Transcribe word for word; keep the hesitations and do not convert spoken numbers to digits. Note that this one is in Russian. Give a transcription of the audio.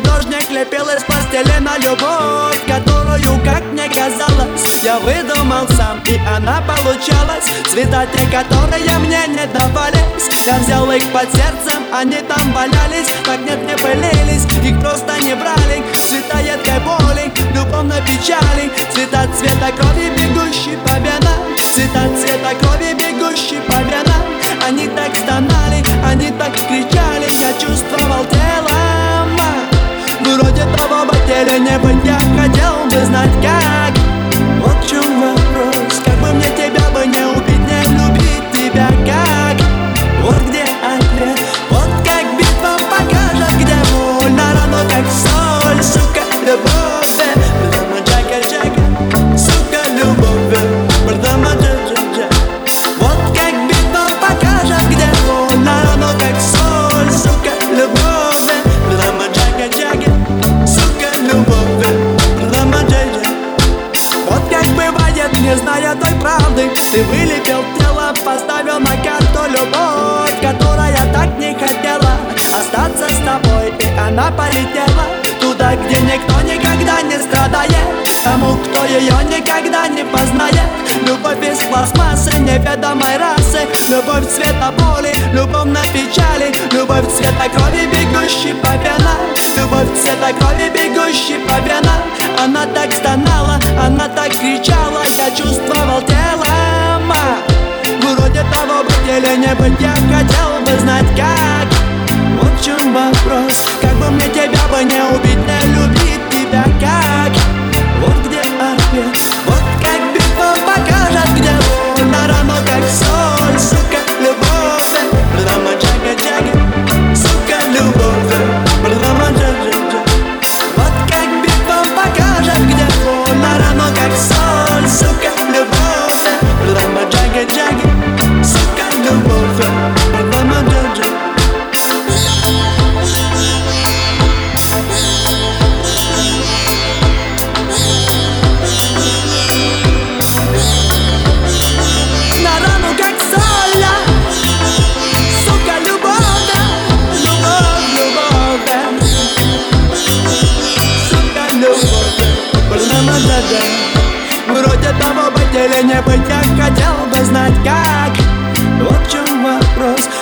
художник лепил из пластилина любовь, которую, как мне казалось, я выдумал сам, и она получалась. Цвета те, которые мне не давались, я взял их под сердцем, они там валялись. Так нет, не пылились, их просто не брали. Цвета едкой боли, любовной печали, цвета цвета крови, бегущей по венам, цвета цвета крови, бегущей по венам. Они так стонали, они так кричали, я чувствовал телом. Вроде того бы теле не быть, я хотел бы знать как. Вот в чем вопрос, как бы мне тебя бы не убить, не влюбить тебя как. Вот где ответ, вот как битва покажет, где боль на рану, как соль, сука, любовь. Придама джага джага, сука, любовь. Придама джага джага. Вот как битва покажет, где боль на рану, как соль, сука, любовь. Придама джага джага, сука, любовь. Придама джага. Вот как бывает, не зная той правды, ты вылепил тело, поставил на карту любовь, которая так не хотела остаться с тобой, и она полетела туда, где никто никогда не страдает, тому, кто ее никогда не познает. Любовь из пластмассы неведомой расы, любовь цвета боли, любовной печали, любовь цвета крови, бегущей по венам, любовь цвета крови, бегущей по венам. Она так стонала, она так кричала, я чувствовал телом. Вроде того бы теле не быть, я хотел бы знать как. Вот в чем вопрос, как бы мне тебя бы не убить, не любить тебя как. Вот где ответ, вот как битва покажет, где боль на рану, как соль, сука, любовь. Придама джага джага, сука, любовь. Придама джага джага. Вот как битва покажет, где боль на рану, как соль, сука, любовь. Придама джага джага, сука, любовь. Придама джага джага. Вроде того бы теле не быть, я хотел бы знать как. Вот в чем вопрос,